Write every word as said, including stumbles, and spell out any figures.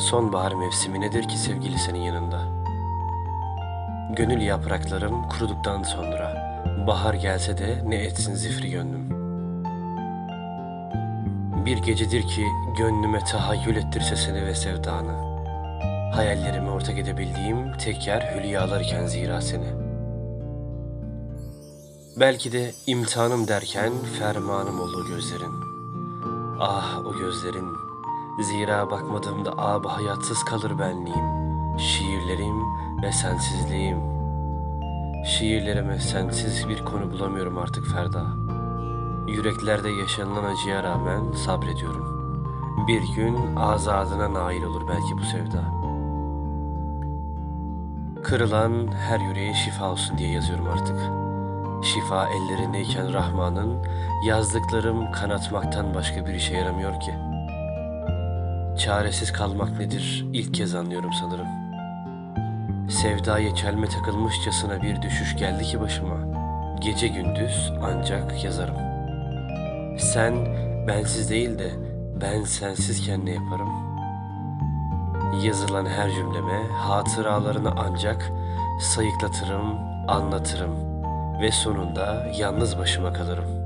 Sonbahar mevsimi nedir ki sevgili senin yanında? Gönül yapraklarım kuruduktan sonra bahar gelse de ne etsin zifri gönlüm. Bir gecedir ki gönlüme tahayyül ettirse seni ve sevdanı. Hayallerime ortak edebildiğim tek yer hülyalarken zira seni. Belki de imtihanım derken fermanım oldu gözlerin. Ah o gözlerin, zira bakmadığımda âb hayatsız kalır benliğim, şiirlerim ve sensizliğim. Şiirlerime sensiz bir konu bulamıyorum artık Ferda. Yüreklerde yaşanılan acıya rağmen sabrediyorum. Bir gün azadına nail olur belki bu sevda. Kırılan her yüreğe şifa olsun diye yazıyorum artık. Şifa ellerindeyken Rahman'ın, yazdıklarım kanatmaktan başka bir işe yaramıyor ki. Çaresiz kalmak nedir ilk kez anlıyorum sanırım. Sevdaya çelme takılmışçasına bir düşüş geldi ki başıma. Gece gündüz ancak yazarım. Sen bensiz değil de ben sensizken ne yaparım? Yazılan her cümleme hatıralarını ancak sayıklatırım, anlatırım ve sonunda yalnız başıma kalırım.